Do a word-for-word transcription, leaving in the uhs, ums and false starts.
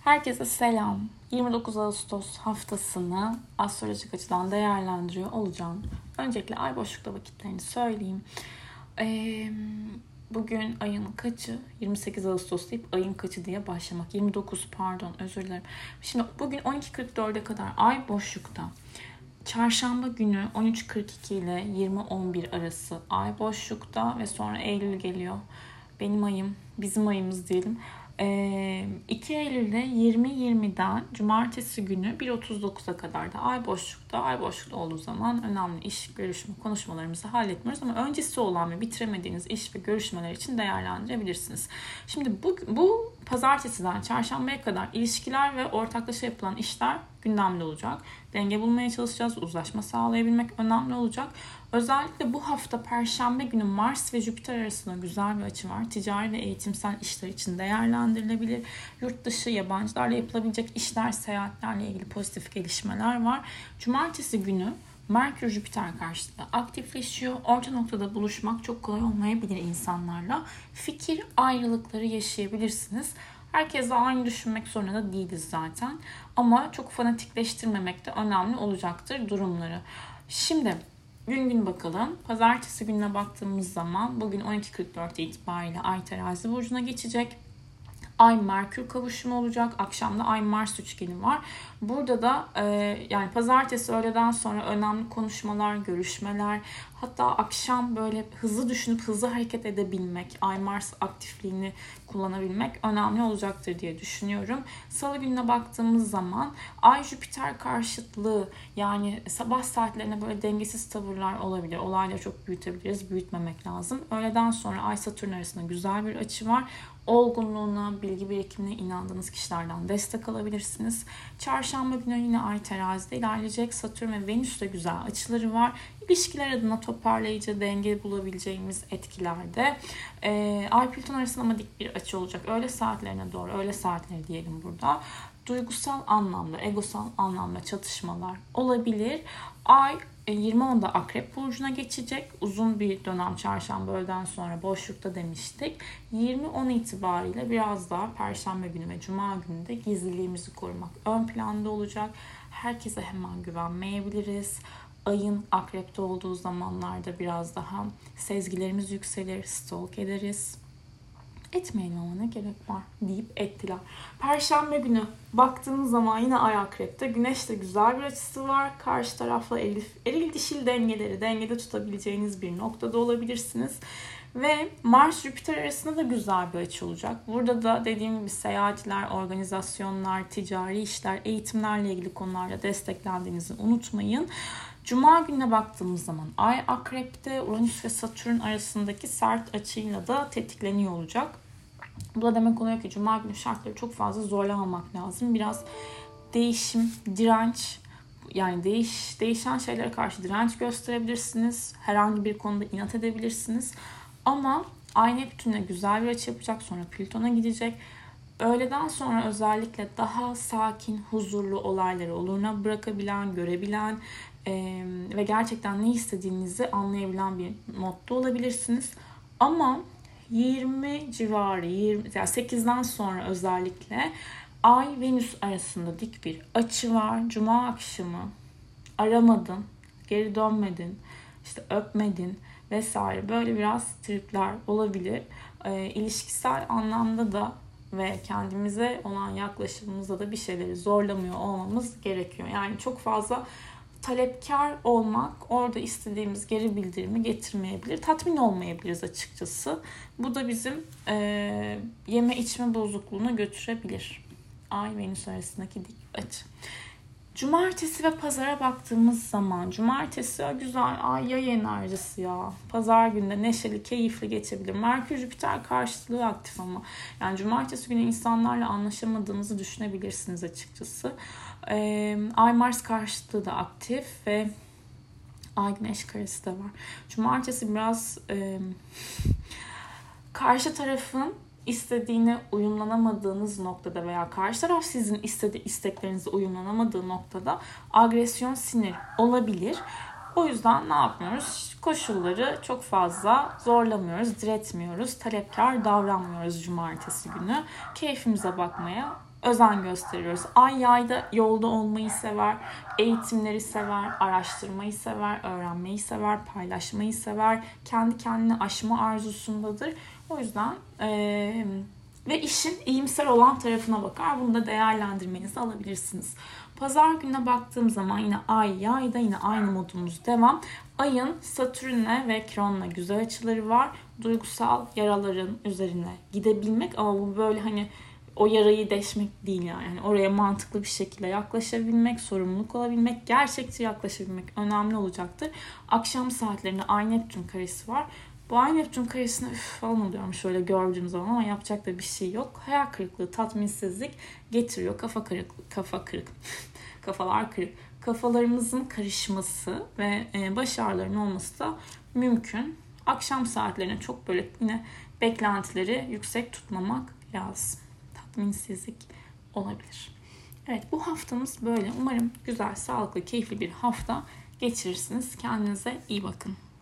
Herkese selam. yirmi dokuz Ağustos haftasını astrolojik açıdan değerlendiriyor olacağım. Öncelikle ay boşlukta vakitlerini söyleyeyim. Ee, bugün ayın kaçı? yirmi sekiz Ağustos deyip ayın kaçı diye başlamak. yirmi dokuz pardon özür dilerim. Şimdi bugün on iki kırk dörde kadar ay boşlukta. Çarşamba günü on üç kırk iki ile yirmi on bir arası ay boşlukta ve sonra Eylül geliyor. Benim ayım, bizim ayımız diyelim. iki Eylül'de yirmi yirmiden cumartesi günü bir otuz dokuza kadar da ay boşlukta. Ay boşlukta olduğu zaman önemli iş, görüşme, konuşmalarımızı halletmiyoruz ama öncesi olan ve bitiremediğiniz iş ve görüşmeler için değerlendirebilirsiniz. Şimdi bu, bu pazartesiden çarşambaya kadar ilişkiler ve ortaklaşa yapılan işler gündemde olacak. Denge bulmaya çalışacağız. Uzlaşma sağlayabilmek önemli olacak. Özellikle bu hafta Perşembe günü Mars ve Jüpiter arasında güzel bir açı var. Ticari ve eğitimsel işler için değerlendirilebilir. Yurt dışı, yabancılarla yapılabilecek işler, seyahatlerle ilgili pozitif gelişmeler var. Cumartesi günü Merkür Jüpiter karşıtlığı aktifleşiyor. Orta noktada buluşmak çok kolay olmayabilir insanlarla. Fikir ayrılıkları yaşayabilirsiniz. Herkesle aynı düşünmek zorunda da değiliz zaten. Ama çok fanatikleştirmemek de önemli olacaktır durumları. Şimdi gün gün bakalım. Pazartesi gününe baktığımız zaman bugün on iki kırk dört itibariyle Ay Terazi burcuna geçecek. Ay Merkür kavuşumu olacak. Akşamda Ay Mars üçgeni var. Burada da e, yani pazartesi öğleden sonra önemli konuşmalar, görüşmeler, hatta akşam böyle hızlı düşünüp hızlı hareket edebilmek, Ay Mars aktifliğini kullanabilmek önemli olacaktır diye düşünüyorum. Salı gününe baktığımız zaman Ay Jüpiter karşıtlığı, yani sabah saatlerine böyle dengesiz tavırlar olabilir. Olayları çok büyütebiliriz. Büyütmemek lazım. Öğleden sonra Ay Satürn arasında güzel bir açı var. Olgunluğuna, bilgi birikimine inandığınız kişilerden destek alabilirsiniz. Çarşamba günü yine Ay Terazi'de ilerleyecek. Satürn ve Venüs'te güzel açıları var. İlişkiler adına toparlayıcı, denge bulabileceğimiz etkilerde. Ee, Ay Plüton arasında ama dik bir açı olacak. Öğle saatlerine doğru, öğle saatleri diyelim burada. Duygusal anlamda, egosal anlamda çatışmalar olabilir. Ay yirmi onda Akrep burcuna geçecek. Uzun bir dönem çarşamba öğleden sonra boşlukta demiştik. yirmi on itibariyle biraz daha Perşembe günü ve Cuma günü de gizliliğimizi korumak ön planda olacak. Herkese hemen güvenmeyebiliriz. Ayın Akrep'te olduğu zamanlarda biraz daha sezgilerimiz yükselir, stalk ederiz. Etmeyin ama ne gerek var deyip ettiler. Perşembe günü baktığımız zaman yine Ay Akrep'te. Güneş de güzel bir açısı var. Karşı tarafla eril, eril dişil dengeleri dengede tutabileceğiniz bir noktada olabilirsiniz. Ve Mars Jüpiter arasında da güzel bir açı olacak. Burada da dediğim gibi seyahatler, organizasyonlar, ticari işler, eğitimlerle ilgili konularla desteklendiğinizi unutmayın. Cuma gününe baktığımız zaman Ay Akrep'te, Uranüs ve Satürn arasındaki sert açıyla da tetikleniyor olacak. Bu da demek oluyor ki Cuma günü şartları çok fazla zorlamamak lazım. Biraz değişim, direnç, yani değiş, değişen şeylere karşı direnç gösterebilirsiniz. Herhangi bir konuda inat edebilirsiniz. Ama Ay Neptün'le güzel bir açı yapacak, sonra Plüton'a gidecek. Öğleden sonra özellikle daha sakin, huzurlu olayları oluruna bırakabilen, görebilen e, ve gerçekten ne istediğinizi anlayabilen bir modda olabilirsiniz. Ama yirmi civarı, yirmi, yani sekizden sonra özellikle Ay Venüs arasında dik bir açı var. Cuma akşamı aramadın, geri dönmedin, işte öpmedin vesaire, böyle biraz tripler olabilir. E, ilişkisel anlamda da ve kendimize olan yaklaşımımızda da bir şeyleri zorlamıyor olmamız gerekiyor. Yani çok fazla talepkar olmak orada istediğimiz geri bildirimi getirmeyebilir. Tatmin olmayabiliriz açıkçası. Bu da bizim e, yeme içme bozukluğuna götürebilir. Ay Venüs arasındaki dik açı. Cumartesi ve pazara baktığımız zaman cumartesi güzel ay yay enerjisi ya. Pazar günde neşeli, keyifli geçebilir. Merkür Jüpiter karşıtlığı aktif ama. Yani cumartesi günü insanlarla anlaşamadığınızı düşünebilirsiniz açıkçası. Ee, Ay Mars karşıtlığı da aktif ve Ay Güneş karesi de var. Cumartesi biraz e, karşı tarafın istediğine uyumlanamadığınız noktada veya karşı taraf sizin istediği isteklerinize uyumlanamadığı noktada agresyon, sinir olabilir. O yüzden ne yapmıyoruz? Koşulları çok fazla zorlamıyoruz, diretmiyoruz, talepkar davranmıyoruz cumartesi günü. Keyfimize bakmaya özen gösteriyoruz. Ay yayda yolda olmayı sever, eğitimleri sever, araştırmayı sever, öğrenmeyi sever, paylaşmayı sever, kendi kendine aşma arzusundadır. O yüzden ee, ve işin iyimser olan tarafına bakar. Bunu da değerlendirmenizi alabilirsiniz. Pazar gününe baktığım zaman yine ay yayda, yine aynı modumuz devam. Ayın Satürn'le ve Kiron'la güzel açıları var. Duygusal yaraların üzerine gidebilmek, ama bu böyle hani o yarayı deşmek değil yani. Yani oraya mantıklı bir şekilde yaklaşabilmek, sorumluluk alabilmek, gerçekçi yaklaşabilmek önemli olacaktır. Akşam saatlerinde Ay Neptün karesi var. Bu Ay Neptün karesine üf falan oluyorum şöyle gördüğüm zaman, ama yapacak da bir şey yok. Hayal kırıklığı, tatminsizlik getiriyor. Kafa kırık, kafa kırık, kafalar kırık. Kafalarımızın karışması ve baş ağrılarının olması da mümkün. Akşam saatlerine çok böyle yine beklentileri yüksek tutmamak lazım. Tatminsizlik olabilir. Evet, bu haftamız böyle. Umarım güzel, sağlıklı, keyifli bir hafta geçirirsiniz. Kendinize iyi bakın.